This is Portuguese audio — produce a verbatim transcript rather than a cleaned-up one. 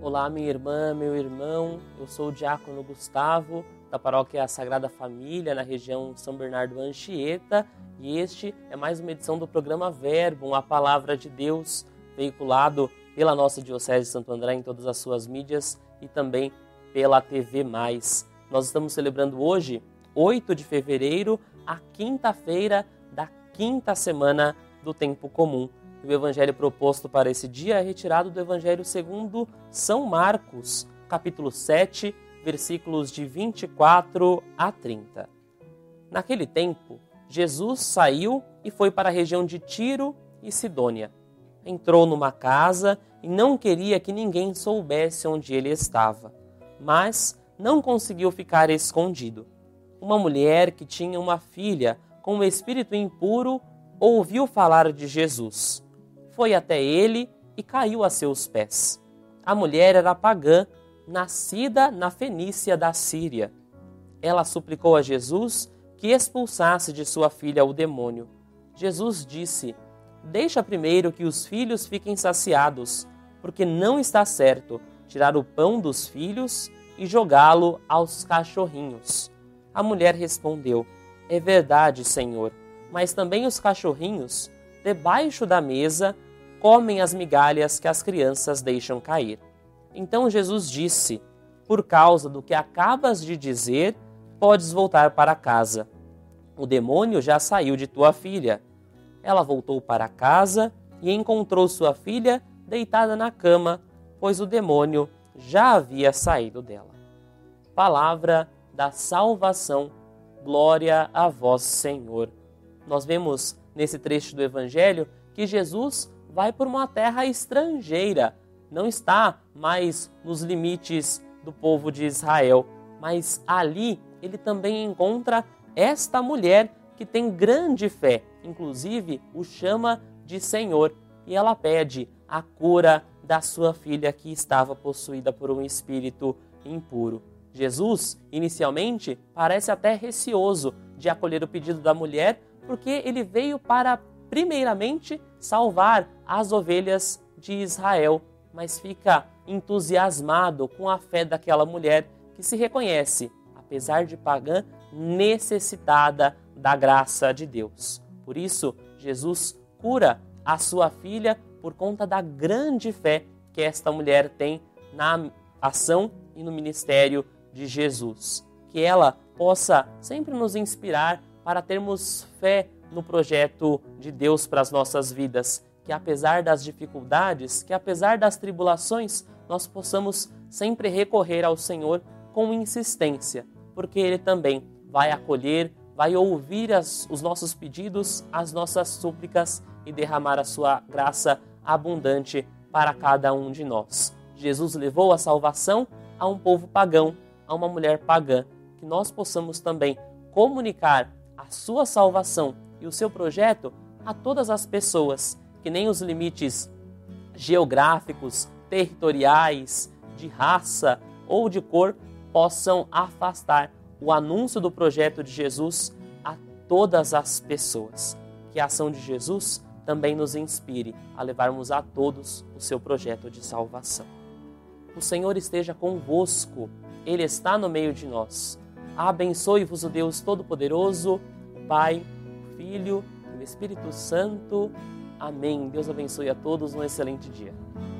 Olá, minha irmã, meu irmão, eu sou o diácono Gustavo, da paróquia Sagrada Família, na região São Bernardo Anchieta, e este é mais uma edição do programa Verbo, a Palavra de Deus, veiculado pela nossa Diocese de Santo André em todas as suas mídias e também pela T V mais. Nós estamos celebrando hoje, oito de fevereiro, a quinta-feira da quinta semana do Tempo Comum. O evangelho proposto para esse dia é retirado do Evangelho segundo São Marcos, capítulo sete, versículos de vinte e quatro a trinta. Naquele tempo, Jesus saiu e foi para a região de Tiro e Sidônia. Entrou numa casa e não queria que ninguém soubesse onde ele estava, mas não conseguiu ficar escondido. Uma mulher que tinha uma filha com um espírito impuro ouviu falar de Jesus. Foi até ele e caiu a seus pés. A mulher era pagã, nascida na Fenícia da Síria. Ela suplicou a Jesus que expulsasse de sua filha o demônio. Jesus disse: "Deixa primeiro que os filhos fiquem saciados, porque não está certo tirar o pão dos filhos e jogá-lo aos cachorrinhos." A mulher respondeu: "É verdade, Senhor, mas também os cachorrinhos, debaixo da mesa, comem as migalhas que as crianças deixam cair." Então Jesus disse: "Por causa do que acabas de dizer, podes voltar para casa. O demônio já saiu de tua filha." Ela voltou para casa e encontrou sua filha deitada na cama, pois o demônio já havia saído dela. Palavra da salvação. Glória a vós, Senhor. Nós vemos nesse trecho do Evangelho que Jesus vai por uma terra estrangeira, não está mais nos limites do povo de Israel, mas ali ele também encontra esta mulher que tem grande fé, inclusive o chama de Senhor, e ela pede a cura da sua filha que estava possuída por um espírito impuro. Jesus, inicialmente, parece até receoso de acolher o pedido da mulher, porque ele veio para, primeiramente, salvar as ovelhas de Israel, mas fica entusiasmado com a fé daquela mulher que se reconhece, apesar de pagã, necessitada da graça de Deus. Por isso, Jesus cura a sua filha por conta da grande fé que esta mulher tem na ação e no ministério de Jesus. Que ela possa sempre nos inspirar para termos fé no projeto de Deus para as nossas vidas, que apesar das dificuldades, que apesar das tribulações, nós possamos sempre recorrer ao Senhor com insistência, porque Ele também vai acolher, vai ouvir as, os nossos pedidos, as nossas súplicas e derramar a sua graça abundante para cada um de nós. Jesus levou a salvação a um povo pagão, a uma mulher pagã, que nós possamos também comunicar a sua salvação e o seu projeto a todas as pessoas, que nem os limites geográficos, territoriais, de raça ou de cor possam afastar o anúncio do projeto de Jesus a todas as pessoas. Que a ação de Jesus também nos inspire a levarmos a todos o seu projeto de salvação. O Senhor esteja convosco, Ele está no meio de nós. Abençoe-vos o Deus Todo-Poderoso, Pai, Filho e o Espírito Santo. Amém. Deus abençoe a todos, um excelente dia.